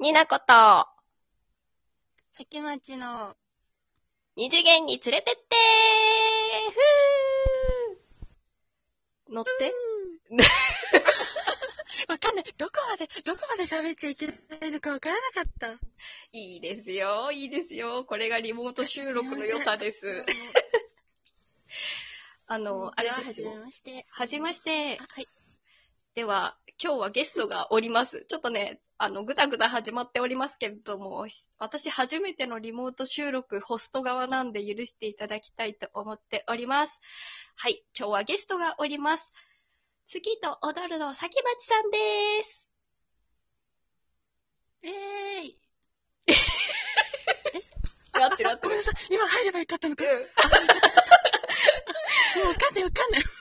になこと、 先町の、 二次元に連れてってふー乗って。 わかんない。どこまで喋っちゃいけないのかわからなかった。 いいですよ、いいですよ。これがリモート収録の良さです。あれですよ。 はじめまして。 はじめまして。 はい。 では、今日はゲストがおります。ちょっとね、ぐだぐだ始まっておりますけれども、私初めてのリモート収録ホスト側なんで許していただきたいと思っております。はい、今日はゲストがおります。次と踊るの先町さんです。合ってる合ってる。 ごめんなさい。今入ればよかったのか。もうわかんない。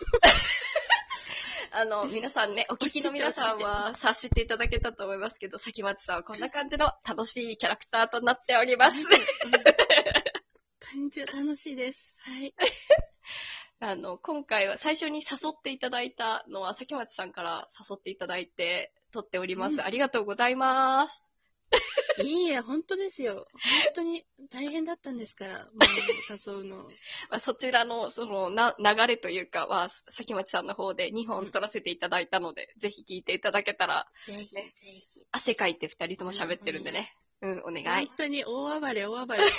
皆さんね、お聞きの皆さんは察していただけたと思いますけど、先町さんはこんな感じの楽しいキャラクターとなっております。 感じは楽しいです。はい。 今回は最初に誘っていただいたのは、先町さんから誘っていただいて撮っております。ありがとうございます。 いいえ、本当ですよ。本当に大変だったんですから、もう誘うの。 そちらの、流れというかは、先町さんの方で2本撮らせていただいたので、ぜひ聞いていただけたら、 ぜひ。 汗かいて2人とも喋ってるんでね。お願い。 本当に大暴れ。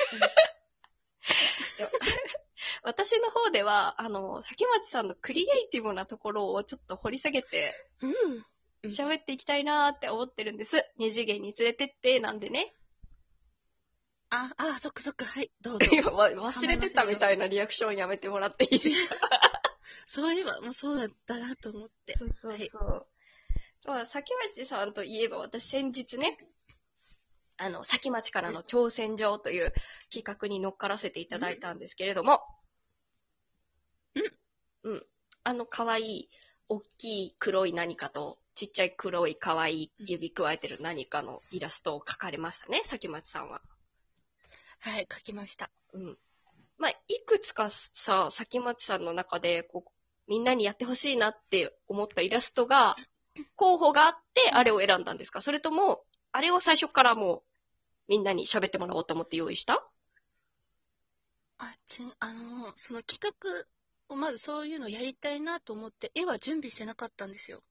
私の方では、先町さんのクリエイティブなところをちょっと掘り下げて、喋っていきたいなーって思ってるんです。二次元に連れてって、なんでね。 そっか、はい、どうぞ。 忘れてたみたいなリアクションやめてもらっていいですか？ そういえば、もうそうだったなと思って。 そう。はい、先町さんといえば、私先日ね、先町からの挑戦状という企画に乗っからせていただいたんですけれども、可愛い、大きい黒い何かと、ちっちゃい黒い可愛い指くわえてる何かのイラストを描かれましたね、先町さんは。 はい、描きました。 まあ、いくつかさ、先町さんの中で、みんなにやってほしいなって思ったイラストが、候補があって、あれを選んだんですか？それとも、あれを最初からもう、みんなに喋ってもらおうと思って用意した？ その企画をまずそういうのやりたいなと思って、絵は準備してなかったんですよ。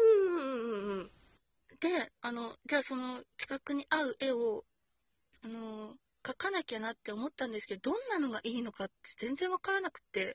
で、じゃあその企画に合う絵を、描かなきゃなって思ったんですけど、どんなのがいいのかって全然わからなくて、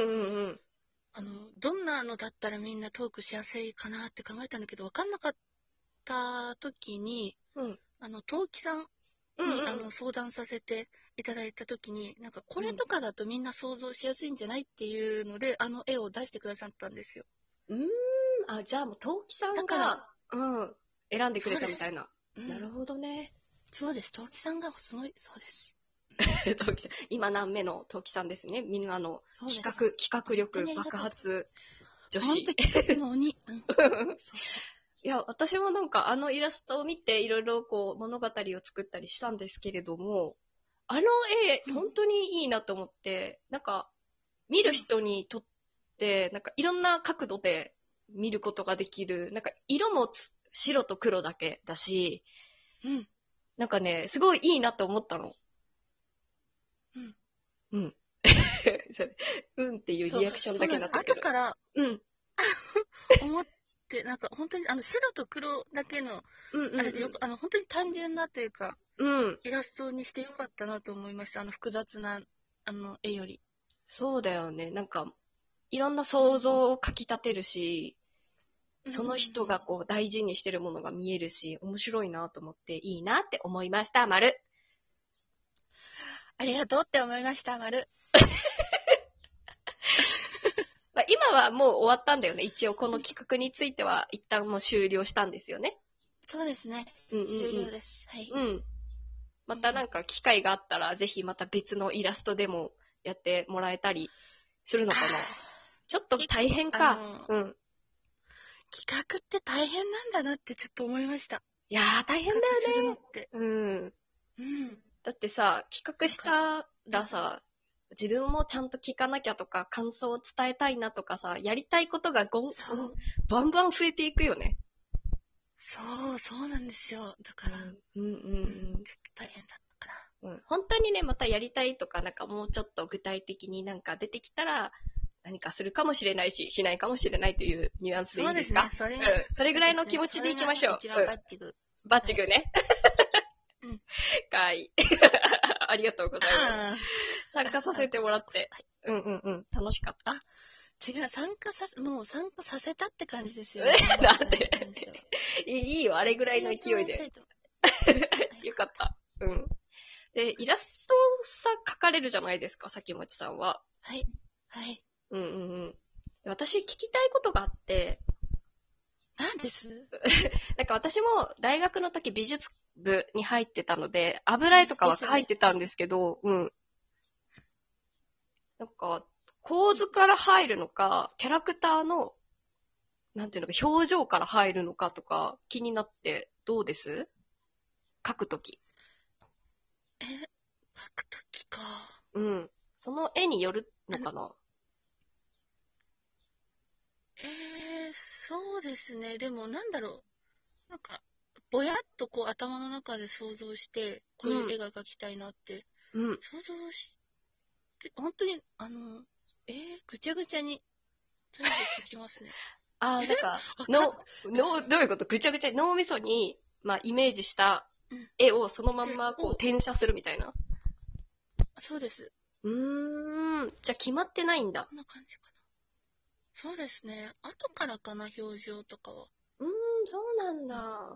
どんなのだったらみんなトークしやすいかなって考えたんだけど、わかんなかった時に、陶器さんに、相談させていただいた時に、なんかこれとかだとみんな想像しやすいんじゃないっていうので、絵を出してくださったんですよ。 じゃあもう陶器さんが、選んでくれたみたいな。なるほどね。 そうです。陶器さんがすごい、そうです。 今何目の陶器さんですね。みんなの企画力爆発女子。 本当企画の鬼。 いや、私もなんかイラストを見ていろいろ物語を作ったりしたんですけれども、絵、本当にいいなと思って、なんか、見る人にとって、なんかいろんな角度で見ることができる、なんか色も白と黒だけだし、なんかね、すごいいいなと思ったの。っていうリアクションだけだったけど。 後から、思って、なんか本当に白と黒だけの、あれでよく、本当に単純なというか、イラストにしてよかったなと思いました。複雑な、絵より。 そうだよね。なんか、いろんな想像をかき立てるし、その人が大事にしてるものが見えるし、面白いなと思っていいなって思いました、丸。 ありがとうって思いました、丸。 今はもう終わったんだよね。一応この企画については一旦もう終了したんですよね。 そうですね。終了です。はい。 またなんか機会があったら、ぜひまた別のイラストでもやってもらえたりするのかな。ちょっと大変か。企画って大変なんだなってちょっと思いました。 いやー、大変だよね。 するのって。 だってさ、企画したらさ、自分もちゃんと聞かなきゃとか、感想を伝えたいなとかさ、やりたいことがバンバン増えていくよね。 そうなんですよ。だから、ちょっと大変だったかな。 本当にね、またやりたいとか、なんかもうちょっと具体的になんか出てきたら、何かするかもしれないし、しないかもしれないというニュアンスでいいですか？ そうですね、 それぐらいの気持ちでいきましょう。 一番バッチグ。 バッチグね。 うん。 かい。ありがとうございます。参加させてもらって。楽しかった。 違う、参加させたって感じですよ。 なんでいいよ、あれぐらいの勢いで。よかった。で、イラスト描かれるじゃないですか、崎町さんは。 はい。 私聞きたいことがあって。 何です？ なんか私も大学の時美術部に入ってたので、油絵とかは描いてたんですけど、なんか、構図から入るのか、キャラクターの、なんていうのか、表情から入るのかとか気になって、どうです？描くとき。 描くときか。 その絵によるのかな？ そうですね。でもなんだろう。なんか、ぼやっとこう頭の中で想像して、こういう絵が描きたいなって、想像して、本当に、ぐちゃぐちゃに、とりあえず描きますね。 なんか、どういうこと？ぐちゃぐちゃ、脳みそに、イメージした絵をそのまんま、転写するみたいな。 そうです。 じゃあ決まってないんだ。 こんな感じかな。そうですね。後からかな、表情とかは。 そうなんだ。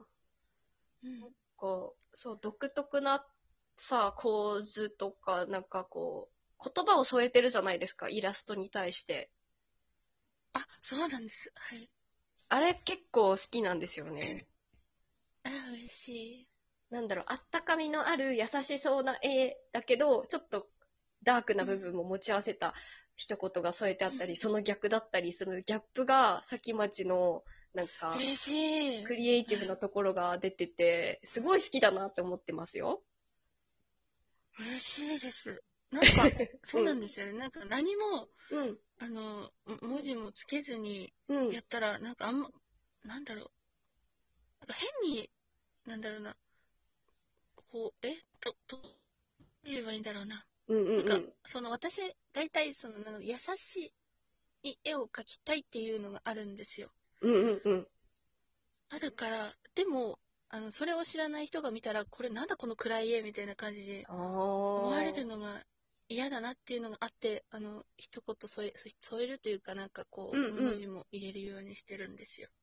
そう、独特なさ、構図とか、なんか言葉を添えてるじゃないですか、イラストに対して。 そうなんです。はい。 あれ結構好きなんですよね。 嬉しい。 なんだろう、あったかみのある優しそうな絵だけど、ちょっとダークな部分も持ち合わせた一言が添えてあったり、その逆だったり、そのギャップが崎町のなんか、 嬉しい。 クリエイティブなところが出てて、すごい好きだなって思ってますよ。 嬉しいです。なんか、そうなんですよね。なんか何も、文字もつけずにやったら、なんかなんだろう。なんか変に、なんだろうな。どう言えばいいんだろうな。なんか、私、大体、優しい絵を描きたいっていうのがあるんですよ。あるから、でも、それを知らない人が見たら、これなんだこの暗い絵みたいな感じで、思われるのが嫌だなっていうのがあって、一言添えるというか、なんか文字も入れるようにしてるんですよ。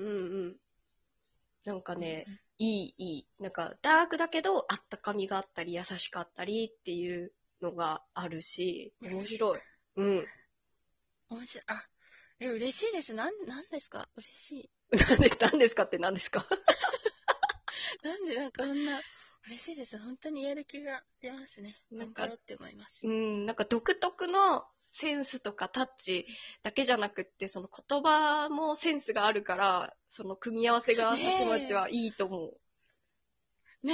なんかね、いい。なんか、ダークだけど、あったかみがあったり、優しかったりっていうのがあるし、面白い。面白い。嬉しいです。なんですか？嬉しい。 何ですかって何ですか？ なんかこんな、嬉しいです。本当にやる気が出ますね。頑張ろうって思います。 なんか独特のセンスとかタッチだけじゃなくって、その言葉もセンスがあるから、その組み合わせが崎町はいいと思う。 あ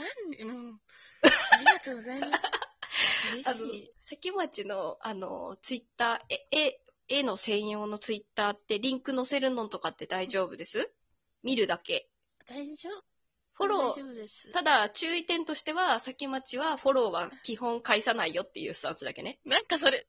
りがとうございます。嬉しい。 崎町の、ツイッター、絵の専用のツイッターってリンク載せるのとかって大丈夫です？見るだけ。 大丈夫。 フォロー、ただ注意点としては、崎町はフォローは基本返さないよっていうスタンスだけね。 なんかそれ、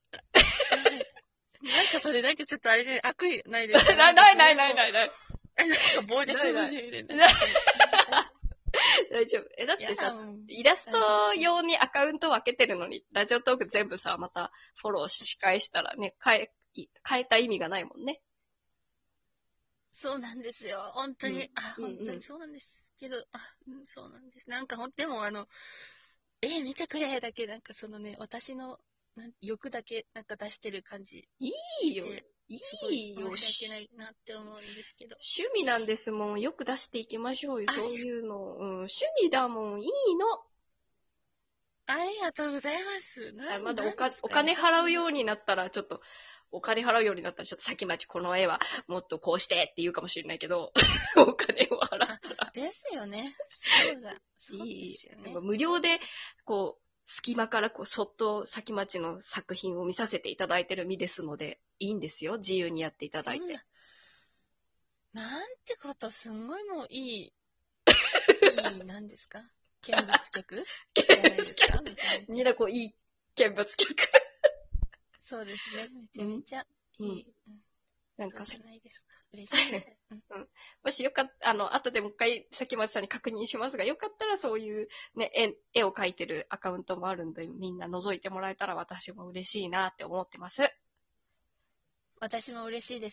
なんかちょっとあれで悪意ないですか？ ない。 なんか傍若無人みたいな。 大丈夫。だってさ、イラスト用にアカウント分けてるのに、ラジオトーク全部さ、またフォローし返したらね、変えた意味がないもんね。 そうなんですよ。本当に。本当にそうなんですけど、そうなんです。なんかでも見てくれだけ、なんか私の欲だけなんか出してる感じ。 いいよ。 申し訳ないなって思うんですけど。 趣味なんですもん。よく出していきましょうよ、そういうの。趣味だもん。いいの。 ありがとうございます。 まだお金払うようになったら、ちょっと崎町この絵はもっとこうしてって言うかもしれないけど、お金を払ったら。 ですよね。そうですよね。 無料で、隙間からそっと崎町の作品を見させていただいてる身ですので、いいんですよ。自由にやっていただいて。 なんてこと、すんごいもういい、何ですか見物客じゃないですかめちゃめちゃ。 ニラコいい見物客。 そうですね。めちゃめちゃいい。 なんか、 そうじゃないですか。嬉しいです。 もしよかった、後でもう一回、崎松さんに確認しますが、よかったらそういうね、絵を描いてるアカウントもあるんで、みんな覗いてもらえたら私も嬉しいなって思ってます。 私も嬉しいです。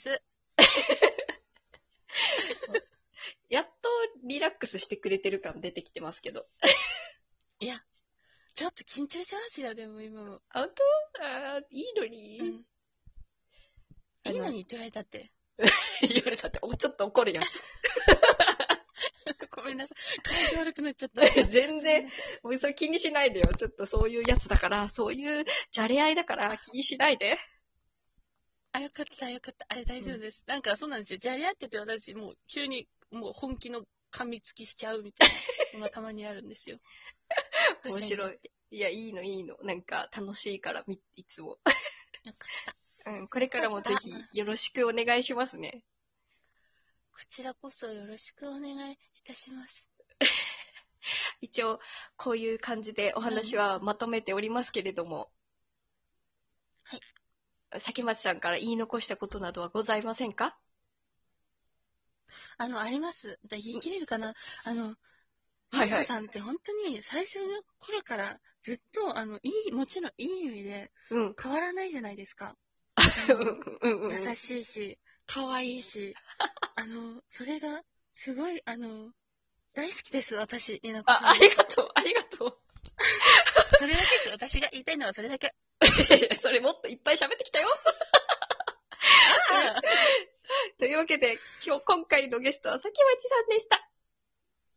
やっとリラックスしてくれてる感出てきてますけど。 いや、ちょっと緊張しますよ、でも今も。 本当？いいのに。 いいのにって言われたって。 言われたって、ちょっと怒るやん。 ごめんなさい。感じ悪くなっちゃった。 全然、もうそれ気にしないでよ。ちょっとそういうやつだから、そういうじゃれ合いだから気にしないで。 よかった。あれ大丈夫です。なんかそうなんですよ。じゃれ合ってて私もう急にもう本気の噛みつきしちゃうみたいなのがたまにあるんですよ。 面白い。いや、いいの。なんか楽しいから、いつも。 よかった。 これからもぜひよろしくお願いしますね。 こちらこそよろしくお願いいたします。 一応、こういう感じでお話はまとめておりますけれども。 はい。 崎松さんから言い残したことなどはございませんか？ あります。言い切れるかなはいマコさんって本当に最初の頃からずっと、もちろんいい意味で変わらないじゃないですか。優しいし、可愛いし、それがすごい、大好きです、私、ニナコさん。 ありがとう。 それだけです。私が言いたいのはそれだけ。 それもっといっぱい喋ってきたよ。というわけで、今回のゲストは崎町さんでした。